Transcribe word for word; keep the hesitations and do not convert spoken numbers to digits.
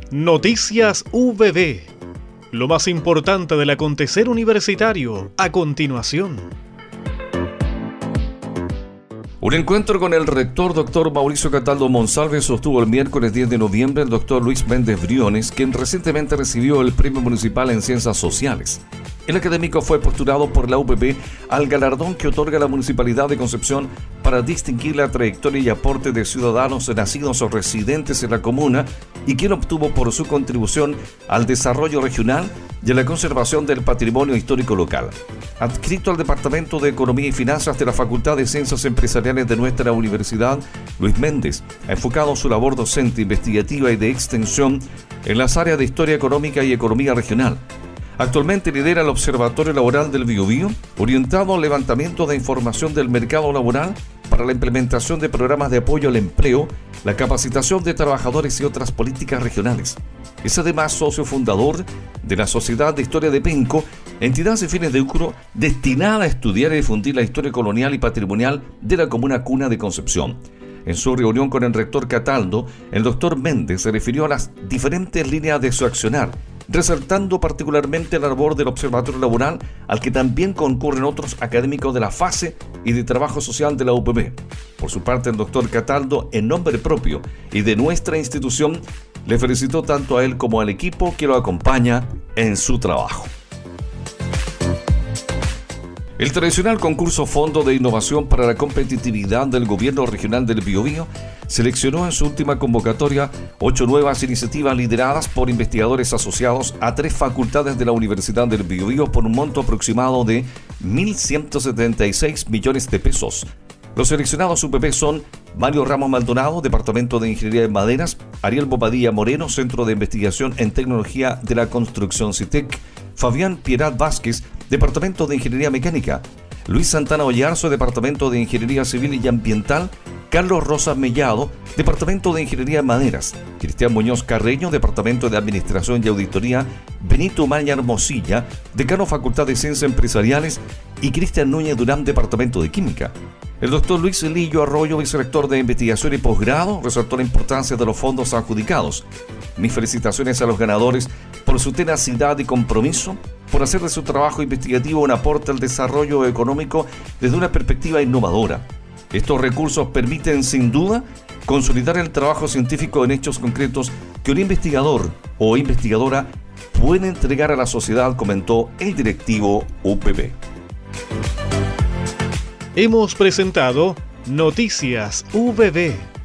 Noticias U V B. Lo más importante del acontecer universitario, a continuación. Un encuentro con el rector doctor Mauricio Cataldo Monsalve sostuvo el miércoles diez de noviembre el doctor Luis Méndez Briones, quien recientemente recibió el Premio Municipal en Ciencias Sociales. El académico fue postulado por la U P B al galardón que otorga la Municipalidad de Concepción para distinguir la trayectoria y aporte de ciudadanos nacidos o residentes en la comuna y quien obtuvo por su contribución al desarrollo regional y a la conservación del patrimonio histórico local. Adscrito al Departamento de Economía y Finanzas de la Facultad de Ciencias Empresariales de nuestra universidad, Luis Méndez ha enfocado su labor docente, investigativa y de extensión en las áreas de Historia Económica y Economía Regional. Actualmente lidera el Observatorio Laboral del Biobío, orientado al levantamiento de información del mercado laboral para la implementación de programas de apoyo al empleo, la capacitación de trabajadores y otras políticas regionales. Es además socio fundador de la Sociedad de Historia de Penco, entidad sin fines de lucro destinada a estudiar y difundir la historia colonial y patrimonial de la comuna cuna de Concepción. En su reunión con el rector Cataldo, el doctor Méndez se refirió a las diferentes líneas de su accionar, resaltando particularmente la labor del Observatorio Laboral, al que también concurren otros académicos de la FASE y de Trabajo Social de la U P B. Por su parte, el doctor Cataldo, en nombre propio y de nuestra institución, le felicitó tanto a él como al equipo que lo acompaña en su trabajo. El tradicional concurso Fondo de Innovación para la Competitividad del Gobierno Regional del Biobío seleccionó en su última convocatoria ocho nuevas iniciativas lideradas por investigadores asociados a tres facultades de la Universidad del Biobío por un monto aproximado de mil ciento setenta y seis millones de pesos. Los seleccionados U P B son Mario Ramos Maldonado, Departamento de Ingeniería de Maderas, Ariel Bobadilla Moreno, Centro de Investigación en Tecnología de la Construcción CITEC, Fabián Pierat Vázquez, Departamento de Ingeniería Mecánica, Luis Santana Ollarzo, Departamento de Ingeniería Civil y Ambiental, Carlos Rosas Mellado, Departamento de Ingeniería de Maderas, Cristian Muñoz Carreño, Departamento de Administración y Auditoría, Benito Maña Hermosilla, Decano Facultad de Ciencias Empresariales y Cristian Núñez Durán, Departamento de Química. El doctor Luis Lillo Arroyo, vicerrector de Investigación y Posgrado, resaltó la importancia de los fondos adjudicados. Mis felicitaciones a los ganadores por su tenacidad y compromiso, por hacer de su trabajo investigativo un aporte al desarrollo económico desde una perspectiva innovadora. Estos recursos permiten, sin duda, consolidar el trabajo científico en hechos concretos que un investigador o investigadora puede entregar a la sociedad, comentó el directivo U P B. Hemos presentado Noticias U V B.